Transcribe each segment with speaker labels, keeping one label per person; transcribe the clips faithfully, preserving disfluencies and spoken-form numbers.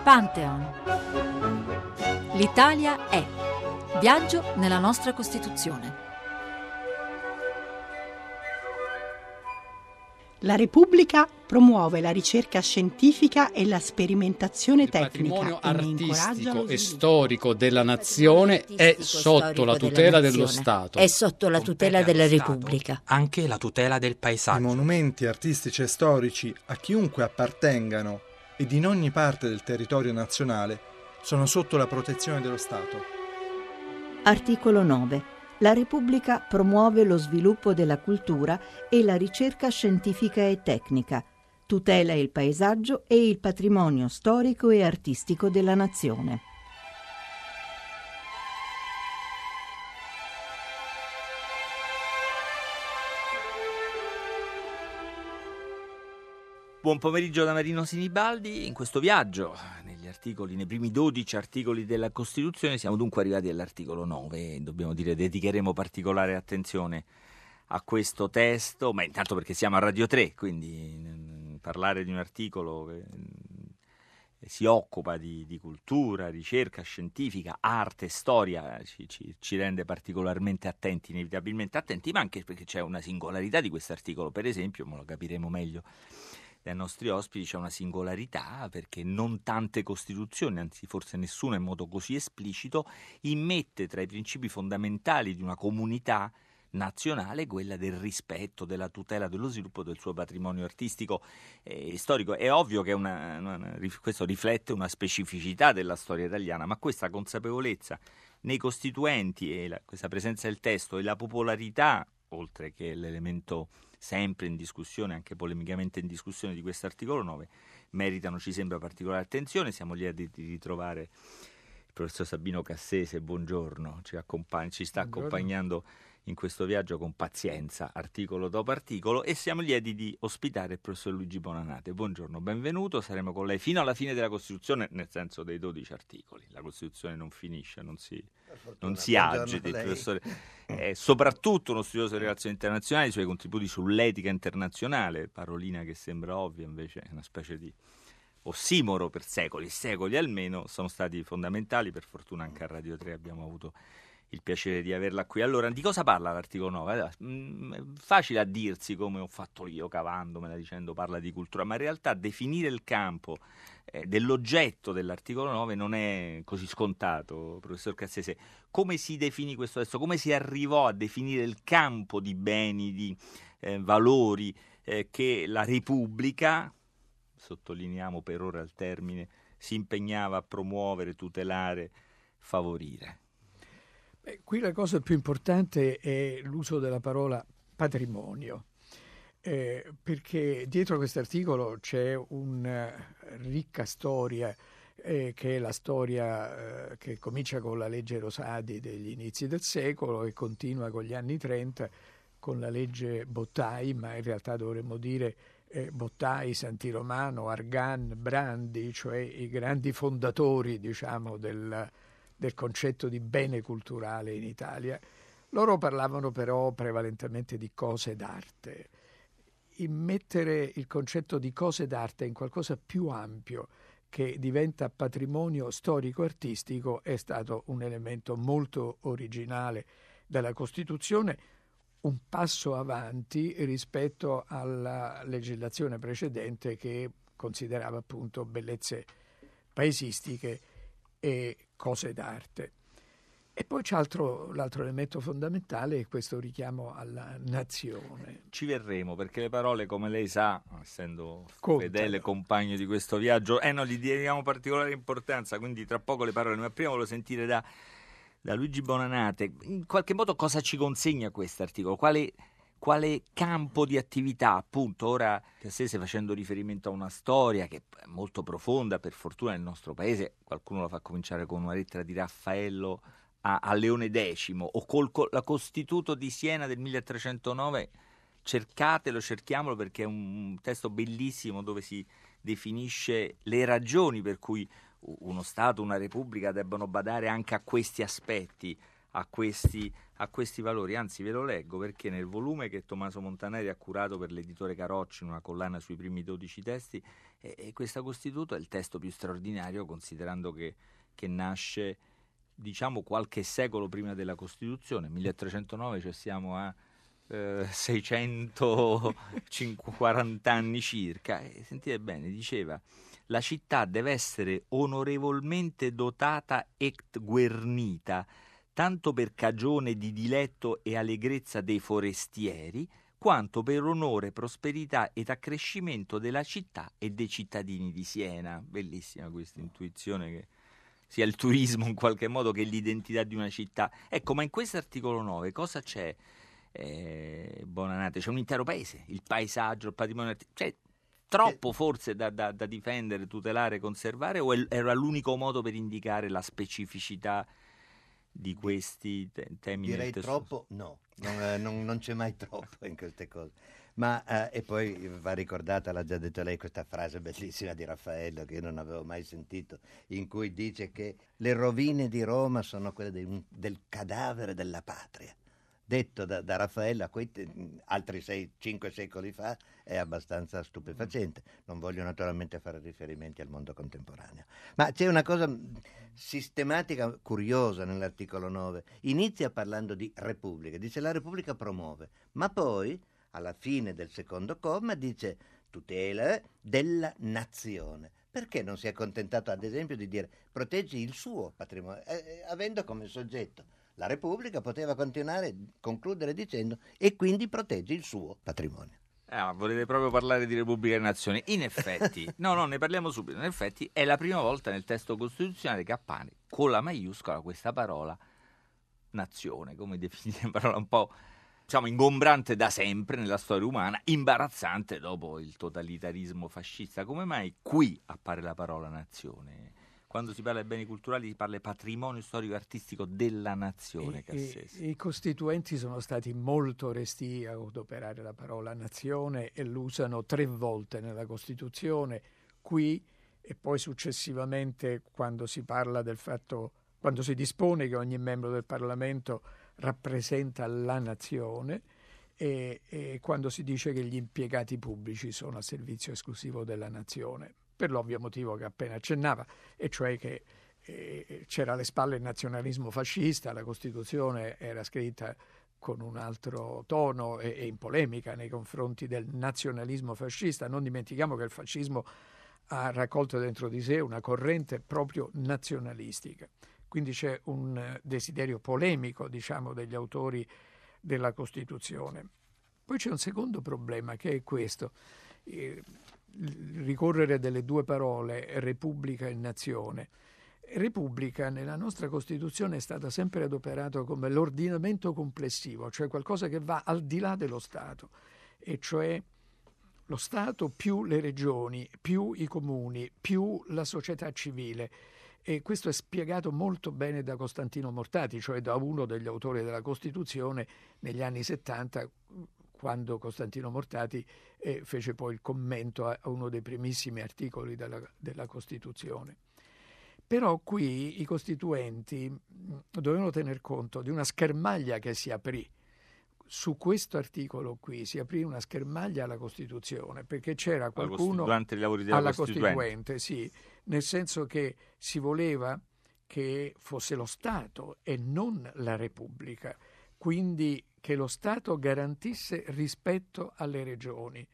Speaker 1: Pantheon. L'Italia è. Viaggio nella nostra Costituzione.
Speaker 2: La Repubblica promuove la ricerca scientifica e la sperimentazione tecnica.
Speaker 3: Il patrimonio artistico e storico della nazione è sotto la tutela dello Stato.
Speaker 4: È sotto la tutela della Repubblica.
Speaker 5: Anche la tutela del paesaggio.
Speaker 6: I monumenti artistici e storici, a chiunque appartengano ed in ogni parte del territorio nazionale, sono sotto la protezione dello Stato.
Speaker 7: Articolo nove. La Repubblica promuove lo sviluppo della cultura e la ricerca scientifica e tecnica, tutela il paesaggio e il patrimonio storico e artistico della nazione.
Speaker 8: Buon pomeriggio da Marino Sinibaldi. In questo viaggio, negli articoli, nei primi dodici articoli della Costituzione, siamo dunque arrivati all'articolo nove e dobbiamo dire dedicheremo particolare attenzione a questo testo, ma intanto perché siamo a Radio tre, quindi mh, parlare di un articolo che mh, si occupa di, di cultura, ricerca scientifica, arte, storia, ci, ci, ci rende particolarmente attenti, inevitabilmente attenti, ma anche perché c'è una singolarità di questo articolo. Per esempio, ma lo capiremo meglio dai nostri ospiti, c'è una singolarità perché non tante Costituzioni, anzi forse nessuna in modo così esplicito, immette tra i principi fondamentali di una comunità nazionale quella del rispetto, della tutela, dello sviluppo del suo patrimonio artistico e storico. È ovvio che una, una, questo riflette una specificità della storia italiana, ma questa consapevolezza nei costituenti e la, questa presenza del testo e la popolarità, oltre che l'elemento sempre in discussione, anche polemicamente in discussione di questo articolo nove, meritano, ci sembra, particolare attenzione. Siamo lieti di ritrovare il professor Sabino Cassese, buongiorno, ci, accompagna, ci sta buongiorno. accompagnando in questo viaggio con pazienza, articolo dopo articolo, e siamo lieti di ospitare il professor Luigi Bonanate. Buongiorno, benvenuto, saremo con lei fino alla fine della Costituzione, nel senso dei dodici articoli. La Costituzione non finisce, non si, non si agiti, il professore è soprattutto uno studioso delle relazioni internazionali, i suoi contributi sull'etica internazionale, parolina che sembra ovvia, invece è una specie di ossimoro per secoli, secoli almeno, sono stati fondamentali. Per fortuna anche a Radio tre abbiamo avuto il piacere di averla qui. Allora, di cosa parla l'articolo nove? Allora, mh, facile a dirsi, come ho fatto io cavandomela dicendo parla di cultura, ma in realtà definire il campo eh, dell'oggetto dell'articolo nove non è così scontato, professor Cassese. Come si definì questo testo? Come si arrivò a definire il campo di beni, di eh, valori eh, che la Repubblica, sottolineiamo per ora il termine, si impegnava a promuovere, tutelare, favorire?
Speaker 9: Beh, qui la cosa più importante è l'uso della parola patrimonio, eh, perché dietro questo articolo c'è una ricca storia, eh, che è la storia eh, che comincia con la legge Rosadi degli inizi del secolo e continua con gli anni trenta con la legge Bottai, ma in realtà dovremmo dire eh, Bottai, Santiromano, Argan, Brandi, cioè i grandi fondatori, diciamo, del del concetto di bene culturale in Italia. Loro parlavano però prevalentemente di cose d'arte. Immettere il concetto di cose d'arte in qualcosa più ampio che diventa patrimonio storico-artistico è stato un elemento molto originale della Costituzione, un passo avanti rispetto alla legislazione precedente che considerava appunto bellezze paesistiche e cose d'arte. E poi c'è altro, l'altro elemento fondamentale è questo richiamo alla nazione.
Speaker 8: Ci verremo, perché le parole, come lei sa, essendo
Speaker 9: Contano.
Speaker 8: Fedele compagno di questo viaggio, eh no, gli diamo particolare importanza, quindi tra poco le parole, ma prima volevo sentire da, da Luigi Bonanate, in qualche modo cosa ci consegna questo articolo, quale quale campo di attività, appunto. Ora Cassese, facendo riferimento a una storia che è molto profonda, per fortuna nel nostro paese, qualcuno la fa cominciare con una lettera di Raffaello a, a Leone X, o col, con la Costituto di Siena del milletrecentonove, cercatelo, cerchiamolo, perché è un testo bellissimo dove si definisce le ragioni per cui uno Stato, una Repubblica debbano badare anche a questi aspetti, a questi, a questi valori. Anzi, ve lo leggo perché nel volume che Tommaso Montanari ha curato per l'editore Carocci, in una collana sui primi dodici testi, e, e questa Costituto è il testo più straordinario, considerando che, che nasce, diciamo, qualche secolo prima della Costituzione, milletrecentonove, cioè siamo a eh, seicentoquaranta anni circa. E sentite bene, diceva: la città deve essere onorevolmente dotata et guernita, tanto per cagione di diletto e allegrezza dei forestieri, quanto per onore, prosperità ed accrescimento della città e dei cittadini di Siena. Bellissima questa intuizione che sia il turismo in qualche modo che l'identità di una città. Ecco, ma in questo articolo nove cosa c'è, eh, Bonanate? C'è un intero paese, il paesaggio, il patrimonio, cioè troppo forse da, da, da difendere, tutelare, conservare, o era l'unico modo per indicare la specificità di questi te- temi?
Speaker 10: Direi troppo no, non, eh, non, non c'è mai troppo in queste cose. Ma eh, e poi va ricordata, l'ha già detto lei, questa frase bellissima di Raffaello che io non avevo mai sentito, in cui dice che le rovine di Roma sono quelle del, del cadavere della patria. Detto da, da Raffaello a quei te- altri sei, cinque secoli fa, è abbastanza stupefacente. Non voglio naturalmente fare riferimenti al mondo contemporaneo. Ma c'è una cosa sistematica curiosa nell'articolo nove. Inizia parlando di Repubblica, dice la Repubblica promuove, ma poi alla fine del secondo comma dice tutela della nazione. Perché non si è accontentato ad esempio di dire proteggi il suo patrimonio, eh, avendo come soggetto la Repubblica? Poteva continuare, concludere dicendo e quindi protegge il suo patrimonio.
Speaker 8: Ah, volete proprio parlare di Repubblica e Nazione? In effetti, no, no, ne parliamo subito. In effetti è la prima volta nel testo costituzionale che appare con la maiuscola questa parola nazione, come definire, una parola un po', diciamo, ingombrante da sempre nella storia umana, imbarazzante dopo il totalitarismo fascista. Come mai qui appare la parola nazione? Quando si parla di beni culturali si parla di patrimonio storico e artistico della nazione.
Speaker 9: I, i, I costituenti sono stati molto restii a adoperare la parola nazione e l'usano tre volte nella Costituzione, qui e poi successivamente quando si parla del fatto, quando si dispone che ogni membro del Parlamento rappresenta la nazione e, e quando si dice che gli impiegati pubblici sono a servizio esclusivo della nazione, per l'ovvio motivo che appena accennava, e cioè che eh, c'era alle spalle il nazionalismo fascista, la Costituzione era scritta con un altro tono e, e in polemica nei confronti del nazionalismo fascista. Non dimentichiamo che il fascismo ha raccolto dentro di sé una corrente proprio nazionalistica. Quindi c'è un desiderio polemico, diciamo, degli autori della Costituzione. Poi c'è un secondo problema, che è questo. Eh, ricorrere delle due parole Repubblica e Nazione. Repubblica nella nostra Costituzione è stata sempre adoperata come l'ordinamento complessivo, cioè qualcosa che va al di là dello Stato, e cioè lo Stato più le regioni, più i comuni, più la società civile. E questo è spiegato molto bene da Costantino Mortati, cioè da uno degli autori della Costituzione negli anni settanta, quando Costantino Mortati eh, fece poi il commento a, a uno dei primissimi articoli della, della Costituzione. Però qui i costituenti mh, dovevano tener conto di una schermaglia che si aprì. Su questo articolo qui si aprì una schermaglia alla Costituzione, perché c'era qualcuno
Speaker 8: durante i lavori della
Speaker 9: alla
Speaker 8: Costituente,
Speaker 9: Costituente, sì, nel senso che si voleva che fosse lo Stato e non la Repubblica, quindi che lo Stato garantisse rispetto alle regioni,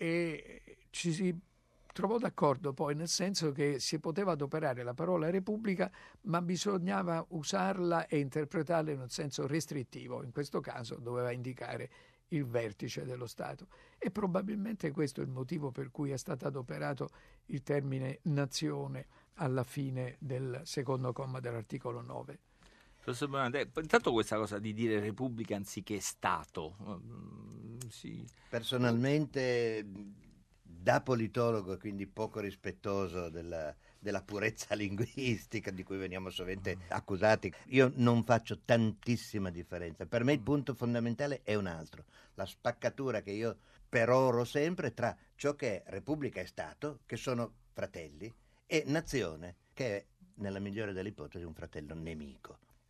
Speaker 9: e ci si trovò d'accordo poi nel senso che si poteva adoperare la parola Repubblica, ma bisognava usarla e interpretarla in un senso restrittivo. In questo caso doveva indicare il vertice dello Stato, e probabilmente questo è il motivo per cui è stato adoperato il termine nazione alla fine del secondo comma dell'articolo nove.
Speaker 8: Professor Bonanate, intanto questa cosa di dire Repubblica anziché Stato, mm, sì.
Speaker 10: Personalmente, da politologo, quindi poco rispettoso della, della purezza linguistica di cui veniamo sovente accusati, io non faccio tantissima differenza. Per me il punto fondamentale è un altro, la spaccatura che io peroro sempre tra ciò che è Repubblica e Stato, che sono fratelli, e nazione, che è, nella migliore delle ipotesi, un fratello nemico.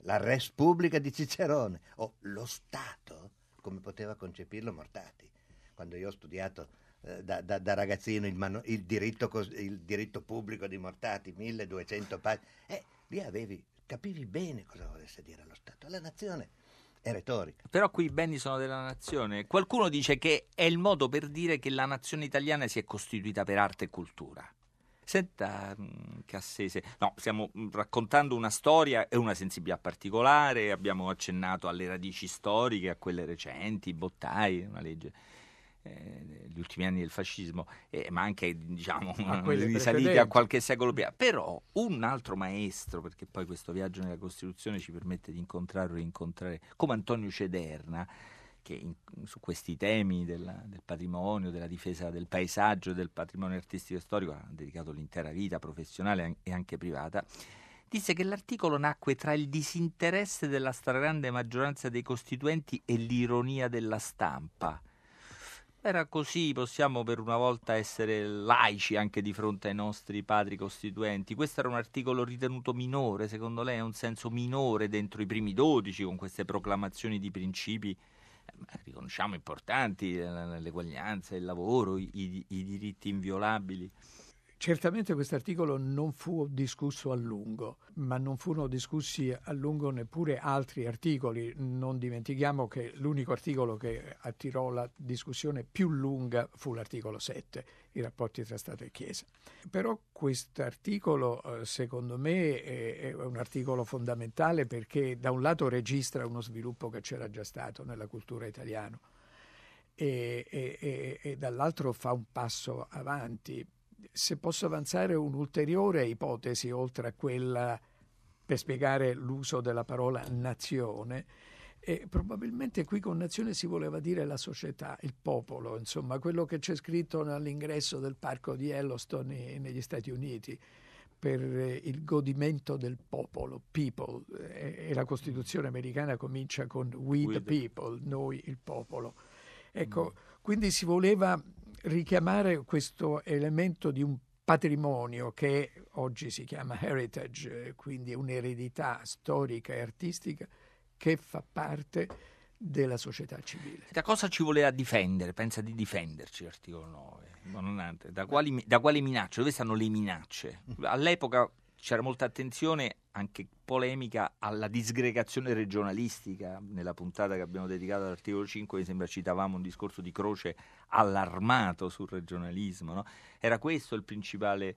Speaker 10: la res publica di Cicerone, o lo Stato, come poteva concepirlo Mortati. Quando io ho studiato eh, da, da, da ragazzino il, manu- il, diritto cos- il diritto pubblico di Mortati, milleduecento pagine, eh, lì avevi, capivi bene cosa volesse dire lo Stato. La nazione è retorica.
Speaker 8: Però qui i beni sono della nazione. Qualcuno dice che è il modo per dire che la nazione italiana si è costituita per arte e cultura. Senta, Cassese, no, stiamo raccontando una storia e una sensibilità particolare, abbiamo accennato alle radici storiche, a quelle recenti, Bottai, una legge eh, degli ultimi anni del fascismo, eh, ma anche, diciamo, risalite a qualche secolo prima. Però un altro maestro, perché poi questo viaggio nella Costituzione ci permette di incontrare o rincontrare, come Antonio Cederna, che in, su questi temi della, del patrimonio, della difesa del paesaggio, del patrimonio artistico e storico, ha dedicato l'intera vita professionale e anche privata, disse che l'articolo nacque tra il disinteresse della stragrande maggioranza dei costituenti e l'ironia della stampa. Era così, possiamo per una volta essere laici anche di fronte ai nostri padri costituenti. Questo era un articolo ritenuto minore, secondo lei ha un senso minore dentro i primi dodici, con queste proclamazioni di principi riconosciamo importanti, l'eguaglianza, il lavoro, i, i, i diritti inviolabili.
Speaker 9: Certamente questo articolo non fu discusso a lungo, ma non furono discussi a lungo neppure altri articoli. Non dimentichiamo che l'unico articolo che attirò la discussione più lunga fu l'articolo sette, i rapporti tra Stato e Chiesa. Però questo articolo, secondo me, è un articolo fondamentale perché da un lato registra uno sviluppo che c'era già stato nella cultura italiana e, e, e, e dall'altro fa un passo avanti. Se posso avanzare un'ulteriore ipotesi oltre a quella per spiegare l'uso della parola nazione, e probabilmente qui con nazione si voleva dire la società, il popolo, insomma quello che c'è scritto all'ingresso del parco di Yellowstone negli Stati Uniti per il godimento del popolo, people, e la Costituzione americana comincia con we the people, noi il popolo. Ecco, quindi si voleva richiamare questo elemento di un patrimonio che oggi si chiama heritage, quindi un'eredità storica e artistica che fa parte della società civile.
Speaker 8: Da cosa ci voleva difendere? Pensa di difenderci l'articolo nove? Da quali, da quali minacce? Dove stanno le minacce? All'epoca c'era molta attenzione, anche polemica, alla disgregazione regionalistica. Nella puntata che abbiamo dedicato all'articolo cinque, mi sembra citavamo un discorso di Croce allarmato sul regionalismo, no? Era questo il principale...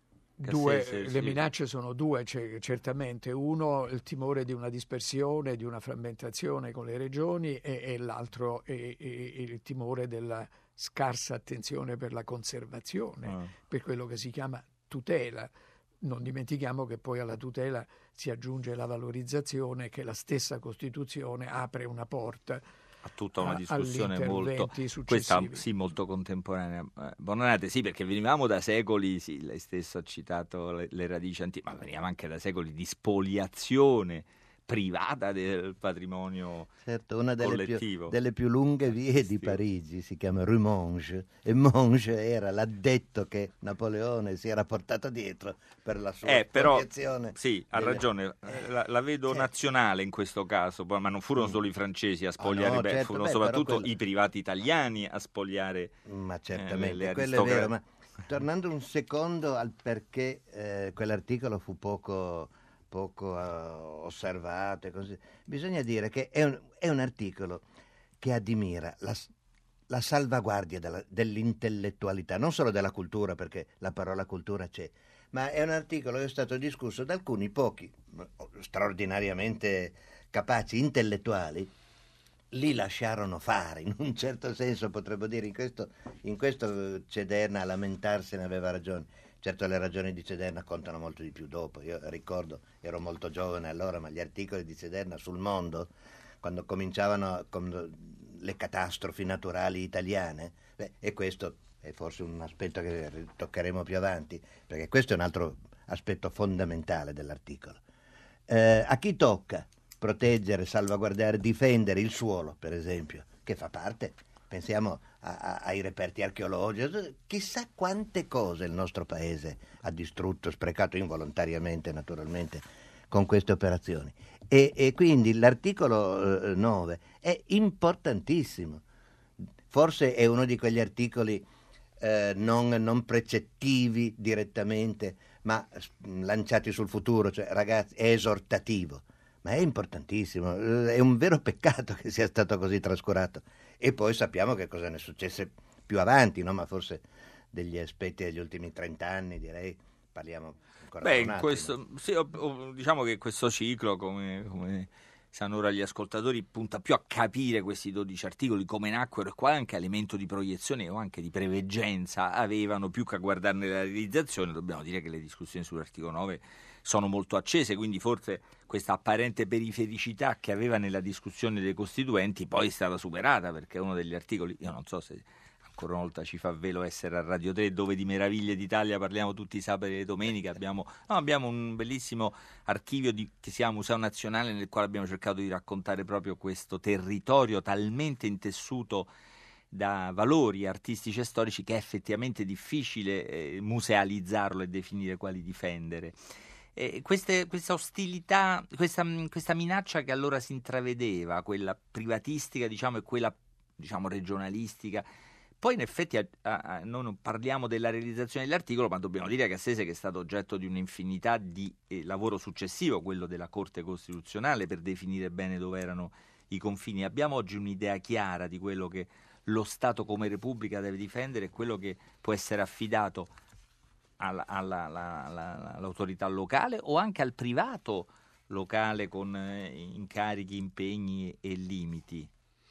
Speaker 9: Due,
Speaker 8: Cassese,
Speaker 9: le
Speaker 8: sì.
Speaker 9: minacce sono due, cioè, certamente. Uno, il timore di una dispersione, di una frammentazione con le regioni, e, e l'altro è, è, è il timore della scarsa attenzione per la conservazione, ah. per quello che si chiama tutela. Non dimentichiamo che poi alla tutela si aggiunge la valorizzazione, che la stessa Costituzione apre una porta
Speaker 8: a tutta una
Speaker 9: a,
Speaker 8: discussione molto
Speaker 9: successivi.
Speaker 8: Questa sì, molto contemporanea. Eh, Bonanate, sì, perché venivamo da secoli, sì, lei stesso ha citato le, le radici antiche, ma venivamo anche da secoli di spoliazione privata del patrimonio
Speaker 10: certo, una delle
Speaker 8: collettivo.
Speaker 10: Più, delle più lunghe vie di Parigi si chiama Rue Monge, e Monge era l'addetto che Napoleone si era portato dietro per la sua
Speaker 8: eh, però,
Speaker 10: protezione.
Speaker 8: Sì, ha
Speaker 10: delle...
Speaker 8: ragione, la, la vedo certo. nazionale in questo caso, ma non furono solo i francesi a spogliare,
Speaker 10: oh, no,
Speaker 8: beh,
Speaker 10: certo,
Speaker 8: furono
Speaker 10: beh,
Speaker 8: soprattutto
Speaker 10: quello...
Speaker 8: i privati italiani a spogliare.
Speaker 10: Ma certamente,
Speaker 8: eh, le, le
Speaker 10: quello è vero, ma tornando un secondo al perché eh, quell'articolo fu poco... poco uh, osservato e così. Bisogna dire che è un, è un articolo che addimira la, la salvaguardia della, dell'intellettualità, non solo della cultura, perché la parola cultura c'è, ma è un articolo che è stato discusso da alcuni pochi, straordinariamente capaci intellettuali, li lasciarono fare, in un certo senso potremmo dire, in questo, in questo Cederna a lamentarsene aveva ragione. Certo, le ragioni di Cederna contano molto di più dopo. Io ricordo, ero molto giovane allora, ma gli articoli di Cederna sul Mondo, quando cominciavano con le catastrofi naturali italiane, beh, e questo è forse un aspetto che toccheremo più avanti, perché questo è un altro aspetto fondamentale dell'articolo. Eh, a chi tocca proteggere, salvaguardare, difendere il suolo, per esempio, che fa parte... Pensiamo a, a, ai reperti archeologici, chissà quante cose il nostro paese ha distrutto, sprecato involontariamente naturalmente, con queste operazioni. E, e quindi l'articolo eh, nove è importantissimo. Forse è uno di quegli articoli eh, non, non precettivi direttamente, ma lanciati sul futuro, cioè ragazzi, è esortativo, ma è importantissimo. È un vero peccato che sia stato così trascurato. E poi sappiamo che cosa ne successe più avanti, no? Ma forse degli aspetti degli ultimi trent'anni, direi, parliamo ancora
Speaker 8: Beh,
Speaker 10: un attimo.
Speaker 8: questo, sì, o, o, diciamo che questo ciclo, come, come sanno ora gli ascoltatori, punta più a capire questi dodici articoli, come nacquero e quale anche elemento di proiezione o anche di preveggenza avevano, più che a guardarne la realizzazione. Dobbiamo dire che le discussioni sull'articolo nove sono molto accese, quindi forse questa apparente perifericità che aveva nella discussione dei costituenti poi è stata superata, perché uno degli articoli, io non so se ancora una volta ci fa velo essere a Radio tre, dove di meraviglie d'Italia parliamo tutti i sabati e domeniche. Abbiamo, no, abbiamo un bellissimo archivio di, che si chiama Museo Nazionale, nel quale abbiamo cercato di raccontare proprio questo territorio talmente intessuto da valori artistici e storici che è effettivamente difficile eh, musealizzarlo e definire quali difendere. E queste, questa ostilità, questa, questa minaccia che allora si intravedeva, quella privatistica, diciamo, e quella, diciamo, regionalistica. Poi in effetti a, a, a, non parliamo della realizzazione dell'articolo, ma dobbiamo dire che Cassese, che è stato oggetto di un'infinità di eh, lavoro successivo, quello della Corte Costituzionale, per definire bene dove erano i confini. Abbiamo oggi un'idea chiara di quello che lo Stato come Repubblica deve difendere e quello che può essere affidato alla, alla, alla, alla, all'autorità locale o anche al privato locale con eh, incarichi, impegni e limiti.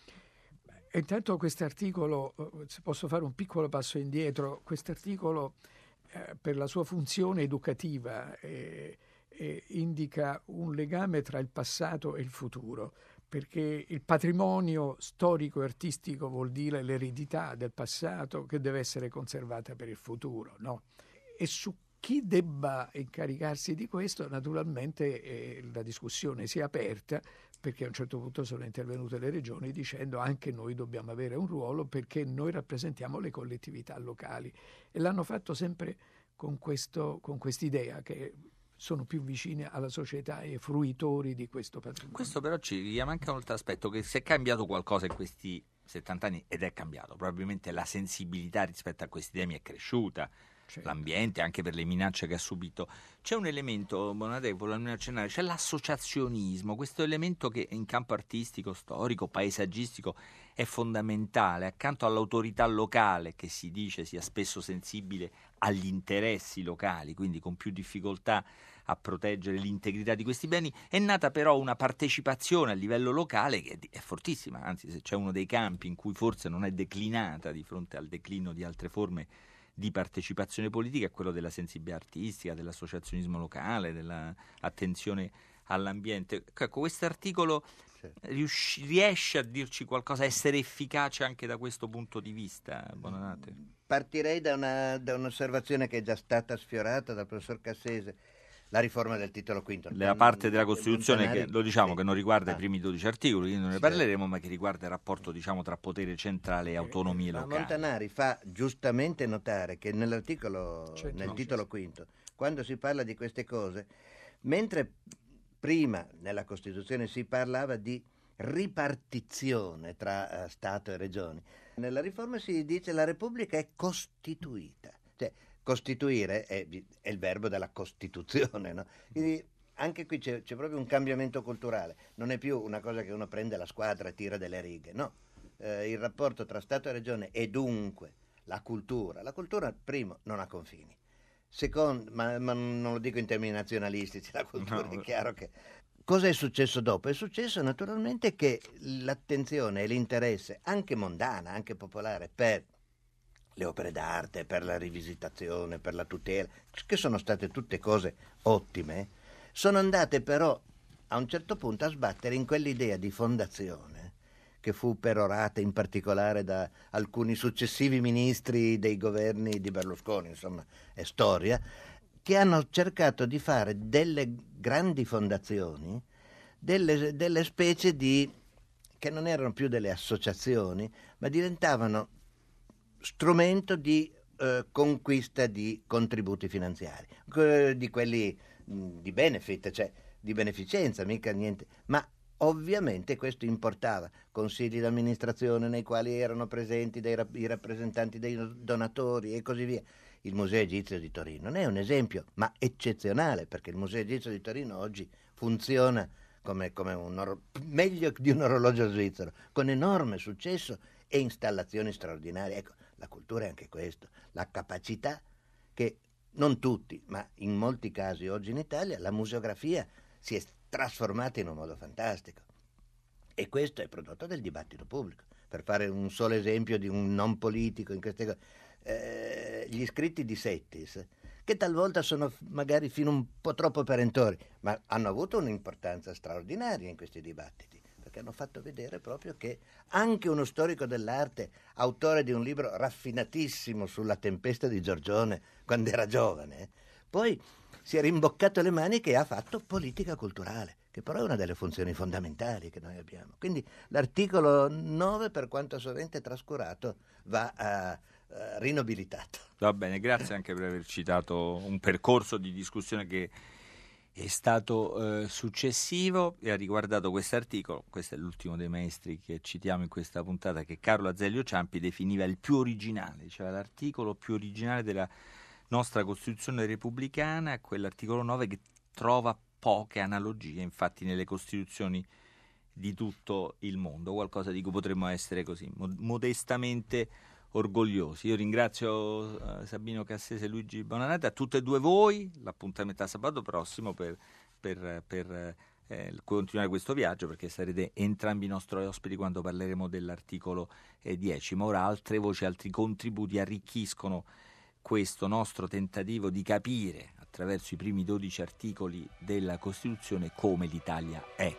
Speaker 9: E intanto quest'articolo, se posso fare un piccolo passo indietro, quest'articolo eh, per la sua funzione educativa eh, eh, indica un legame tra il passato e il futuro, perché il patrimonio storico e artistico vuol dire l'eredità del passato che deve essere conservata per il futuro, no? E su chi debba incaricarsi di questo, naturalmente eh, la discussione si è aperta, perché a un certo punto sono intervenute le regioni dicendo anche noi dobbiamo avere un ruolo perché noi rappresentiamo le collettività locali, e l'hanno fatto sempre con questo, con quest'idea che sono più vicine alla società e fruitori di questo patrimonio.
Speaker 8: Questo però ci richiama anche a un altro aspetto, che se è cambiato qualcosa in questi settanta anni, ed è cambiato, probabilmente la sensibilità rispetto a questi temi è cresciuta. Certo. L'ambiente, anche per le minacce che ha subito. C'è un elemento, Bonadè, volevo accennare, c'è l'associazionismo, questo elemento che in campo artistico, storico, paesaggistico è fondamentale, accanto all'autorità locale che si dice sia spesso sensibile agli interessi locali, quindi con più difficoltà a proteggere l'integrità di questi beni. È nata però una partecipazione a livello locale che è fortissima, anzi se c'è uno dei campi in cui forse non è declinata di fronte al declino di altre forme di partecipazione politica, è quello della sensibilità artistica, dell'associazionismo locale, dell'attenzione all'ambiente. Ecco, questo articolo riusci- riesce a dirci qualcosa, a essere efficace anche da questo punto di vista, Bonanate?
Speaker 10: Partirei da, una, da un'osservazione che è già stata sfiorata dal professor Cassese, la riforma del titolo quinto.
Speaker 8: La parte della Costituzione
Speaker 10: Montanari,
Speaker 8: che, lo diciamo,
Speaker 10: sì.
Speaker 8: che non riguarda
Speaker 10: ah.
Speaker 8: i primi dodici articoli, quindi non ne
Speaker 10: sì.
Speaker 8: parleremo, ma che riguarda il rapporto, diciamo, tra potere centrale e autonomie
Speaker 10: Ma
Speaker 8: locali.
Speaker 10: Montanari fa giustamente notare che nell'articolo,
Speaker 9: Certo,
Speaker 10: nel
Speaker 9: no,
Speaker 10: titolo
Speaker 9: sì, sì.
Speaker 10: quinto, quando si parla di queste cose, mentre prima nella Costituzione si parlava di ripartizione tra uh, Stato e Regioni, nella riforma si dice la Repubblica è costituita, cioè costituire è, è il verbo della Costituzione, no? Quindi anche qui c'è, c'è proprio un cambiamento culturale, non è più una cosa che uno prende la squadra e tira delle righe, no, eh, il rapporto tra Stato e Regione è dunque la cultura, la cultura primo non ha confini, secondo, ma, ma non lo dico in termini nazionalistici, la cultura no. È chiaro che... Cosa è successo dopo? È successo naturalmente che l'attenzione e l'interesse anche mondana, anche popolare, per le opere d'arte, per la rivisitazione, per la tutela, che sono state tutte cose ottime, sono andate però a un certo punto a sbattere in quell'idea di fondazione che fu perorata in particolare da alcuni successivi ministri dei governi di Berlusconi, insomma è storia, che hanno cercato di fare delle grandi fondazioni, delle, delle specie di, che non erano più delle associazioni, ma diventavano strumento di eh, conquista di contributi finanziari, di quelli mh, di benefit, cioè di beneficenza, mica niente, ma ovviamente questo importava consigli d'amministrazione nei quali erano presenti dei, i rappresentanti dei donatori e così via. Il Museo Egizio di Torino non è un esempio, ma eccezionale, perché il Museo Egizio di Torino oggi funziona come, come un or- meglio di un orologio svizzero, con enorme successo e installazioni straordinarie. Ecco, la cultura è anche questo, la capacità che non tutti, ma in molti casi oggi in Italia la museografia si è trasformata in un modo fantastico, e questo è prodotto del dibattito pubblico. Per fare un solo esempio di un non politico in queste cose, eh, gli scritti di Settis, che talvolta sono magari fino un po' troppo perentori, ma hanno avuto un'importanza straordinaria in questi dibattiti, perché hanno fatto vedere proprio che anche uno storico dell'arte, autore di un libro raffinatissimo sulla Tempesta di Giorgione quando era giovane, poi si è rimboccato le maniche e ha fatto politica culturale, che però è una delle funzioni fondamentali che noi abbiamo. Quindi l'articolo nove, per quanto sovente trascurato, va a Uh, rinobilitato.
Speaker 8: Va bene, grazie anche per aver citato un percorso di discussione che è stato eh, successivo e ha riguardato questo articolo. Questo è l'ultimo dei maestri che citiamo in questa puntata, che Carlo Azeglio Ciampi definiva il più originale, cioè l'articolo più originale della nostra Costituzione repubblicana, quell'articolo nove che trova poche analogie infatti nelle Costituzioni di tutto il mondo, qualcosa di cui potremmo essere così modestamente orgogliosi. Io ringrazio uh, Sabino Cassese e Luigi Bonanata, a tutte e due voi, l'appuntamento a sabato prossimo per, per, per eh, continuare questo viaggio, perché sarete entrambi i nostri ospiti quando parleremo dell'articolo eh, dieci, ma ora altre voci, altri contributi arricchiscono questo nostro tentativo di capire attraverso i primi dodici articoli della Costituzione come l'Italia è.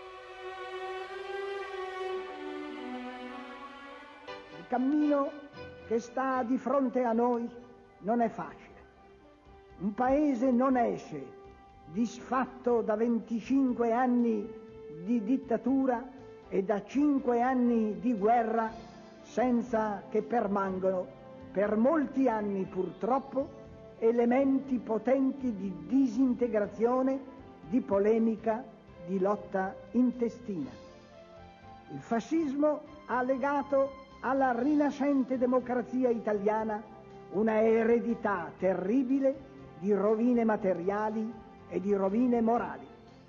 Speaker 11: Il cammino che sta di fronte a noi non è facile. Un paese non esce disfatto da venticinque anni di dittatura e da cinque anni di guerra senza che permangano per molti anni purtroppo elementi potenti di disintegrazione, di polemica, di lotta intestina. Il fascismo ha legato alla rinascente democrazia italiana una eredità terribile di rovine materiali e di rovine morali.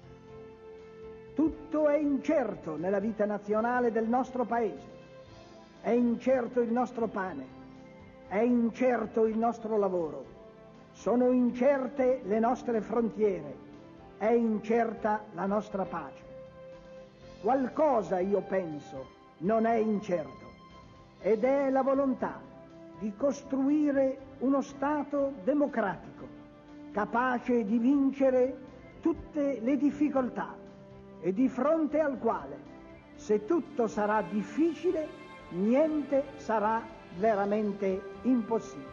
Speaker 11: Tutto è incerto nella vita nazionale del nostro Paese. È incerto il nostro pane, è incerto il nostro lavoro, sono incerte le nostre frontiere, è incerta la nostra pace. Qualcosa, io penso, non è incerto, ed è la volontà di costruire uno Stato democratico, capace di vincere tutte le difficoltà e di fronte al quale, se tutto sarà difficile, niente sarà veramente impossibile.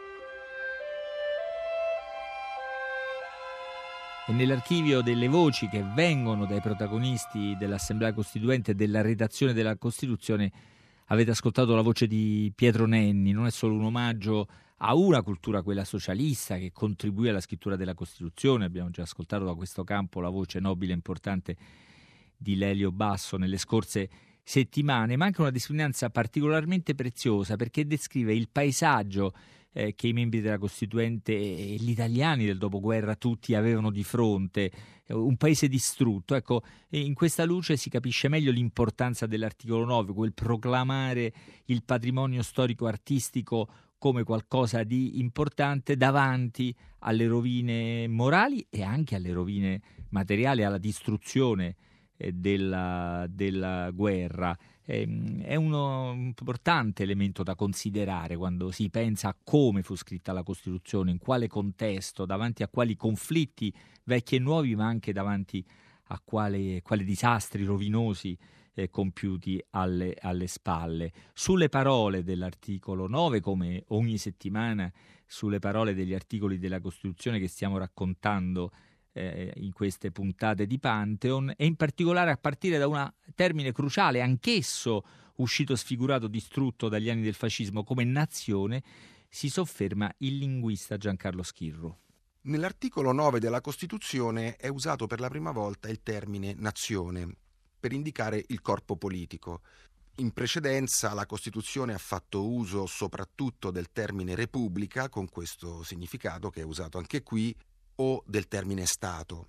Speaker 8: E nell'archivio delle voci che vengono dai protagonisti dell'Assemblea Costituente e della redazione della Costituzione avete ascoltato la voce di Pietro Nenni. Non è solo un omaggio a una cultura, quella socialista, che contribuì alla scrittura della Costituzione. Abbiamo già ascoltato da questo campo la voce nobile e importante di Lelio Basso nelle scorse settimane, ma anche una testimonianza particolarmente preziosa, perché descrive il paesaggio eh, che i membri della Costituente e gli italiani del dopoguerra tutti avevano di fronte, un paese distrutto. Ecco, in questa luce si capisce meglio l'importanza dell'articolo nove, quel proclamare il patrimonio storico-artistico come qualcosa di importante davanti alle rovine morali e anche alle rovine materiali, alla distruzione eh, della, della guerra. Eh, è uno importante elemento da considerare quando si pensa a come fu scritta la Costituzione, in quale contesto, davanti a quali conflitti vecchi e nuovi, ma anche davanti a quali, quali disastri rovinosi eh, compiuti alle, alle spalle. Sulle parole dell'articolo nove, come ogni settimana, sulle parole degli articoli della Costituzione che stiamo raccontando eh, in queste puntate di Pantheon, e in particolare a partire da un termine cruciale, anch'esso uscito sfigurato, distrutto dagli anni del fascismo, come nazione, si sofferma il linguista Giancarlo Schirru.
Speaker 12: Nell'articolo nove della Costituzione è usato per la prima volta il termine nazione per indicare il corpo politico. In precedenza la Costituzione ha fatto uso soprattutto del termine repubblica, con questo significato che è usato anche qui, o del termine Stato.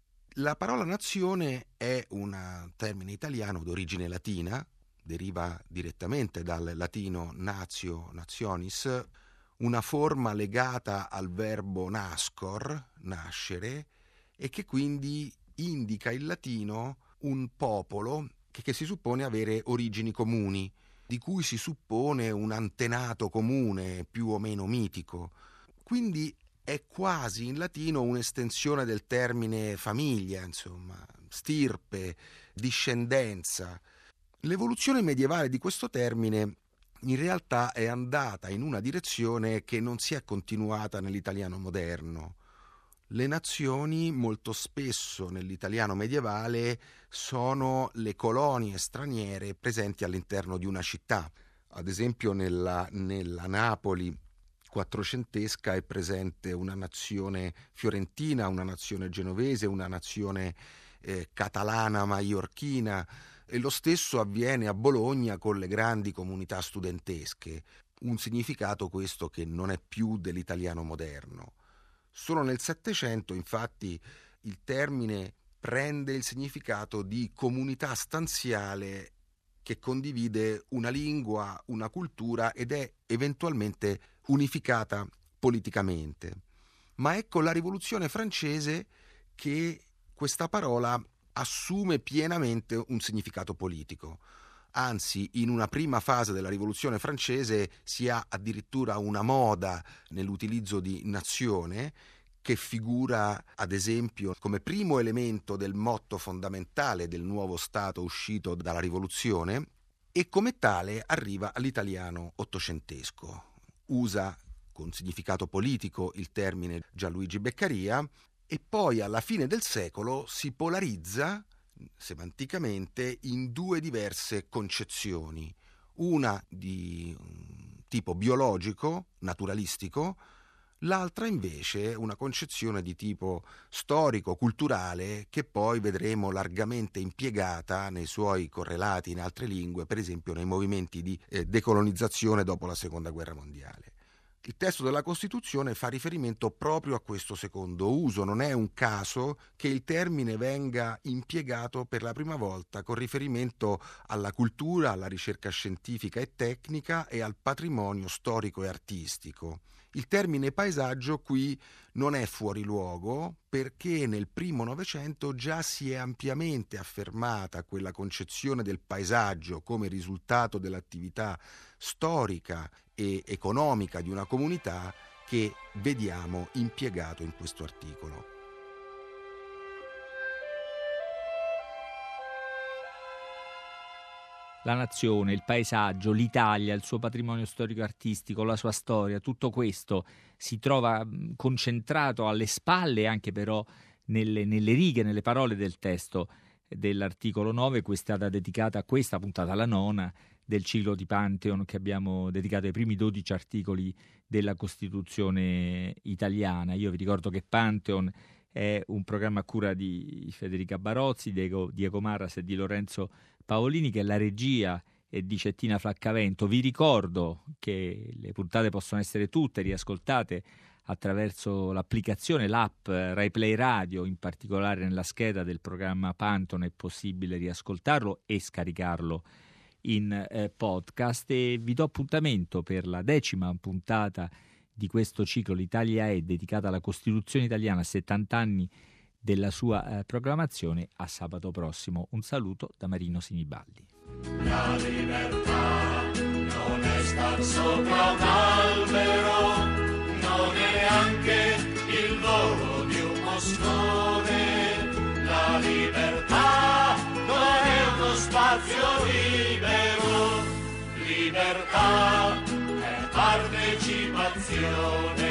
Speaker 12: La parola nazione è un termine italiano d'origine latina, deriva direttamente dal latino natio, nationis, una forma legata al verbo nascor, nascere, e che quindi indica in latino un popolo che, che si suppone avere origini comuni, di cui si suppone un antenato comune più o meno mitico. Quindi è quasi in latino un'estensione del termine famiglia, insomma, stirpe, discendenza. L'evoluzione medievale di questo termine in realtà è andata in una direzione che non si è continuata nell'italiano moderno. Le nazioni molto spesso nell'italiano medievale sono le colonie straniere presenti all'interno di una città. Ad esempio nella, nella Napoli quattrocentesca è presente una nazione fiorentina, una nazione genovese, una nazione eh, catalana maiorchina, e lo stesso avviene a Bologna con le grandi comunità studentesche. Un significato questo che non è più dell'italiano moderno. Solo nel Settecento, infatti, il termine prende il significato di comunità stanziale che condivide una lingua, una cultura ed è eventualmente unificata politicamente. Ma è con la Rivoluzione francese che questa parola assume pienamente un significato politico. Anzi, in una prima fase della Rivoluzione francese si ha addirittura una moda nell'utilizzo di nazione, che figura ad esempio come primo elemento del motto fondamentale del nuovo Stato uscito dalla Rivoluzione, e come tale arriva all'italiano ottocentesco. Usa con significato politico il termine Gianluigi Beccaria, e poi alla fine del secolo si polarizza semanticamente in due diverse concezioni, una di tipo biologico, naturalistico, l'altra invece una concezione di tipo storico, culturale, che poi vedremo largamente impiegata nei suoi correlati in altre lingue, per esempio nei movimenti di eh, decolonizzazione dopo la Seconda Guerra Mondiale. Il testo della Costituzione fa riferimento proprio a questo secondo uso. Non è un caso che il termine venga impiegato per la prima volta con riferimento alla cultura, alla ricerca scientifica e tecnica e al patrimonio storico e artistico. Il termine paesaggio qui non è fuori luogo, perché nel primo Novecento già si è ampiamente affermata quella concezione del paesaggio come risultato dell'attività storica e economica di una comunità che vediamo impiegato in questo articolo.
Speaker 8: La nazione, il paesaggio, l'Italia, il suo patrimonio storico-artistico, la sua storia, tutto questo si trova concentrato alle spalle, anche però nelle, nelle righe, nelle parole del testo dell'articolo nove. Questa è stata dedicata a questa puntata, la nona, del ciclo di Pantheon che abbiamo dedicato ai primi dodici articoli della Costituzione italiana. Io vi ricordo che Pantheon è un programma a cura di Federica Barozzi, Diego, Diego Marras e di Lorenzo Paolini, che è la regia è di Cettina Flaccavento. Vi ricordo che le puntate possono essere tutte riascoltate attraverso l'applicazione, l'app Rai Play Radio, in particolare nella scheda del programma Pantheon è possibile riascoltarlo e scaricarlo in eh, podcast, e vi do appuntamento per la decima puntata di questo ciclo L'Italia è, dedicata alla Costituzione italiana, a settanta anni della sua eh, programmazione, a sabato prossimo. Un saluto da Marino Sinibaldi.
Speaker 13: La libertà non è star sopra un albero, non è neanche il volo di un moscone. La libertà non è uno spazio libero, libertà è partecipazione.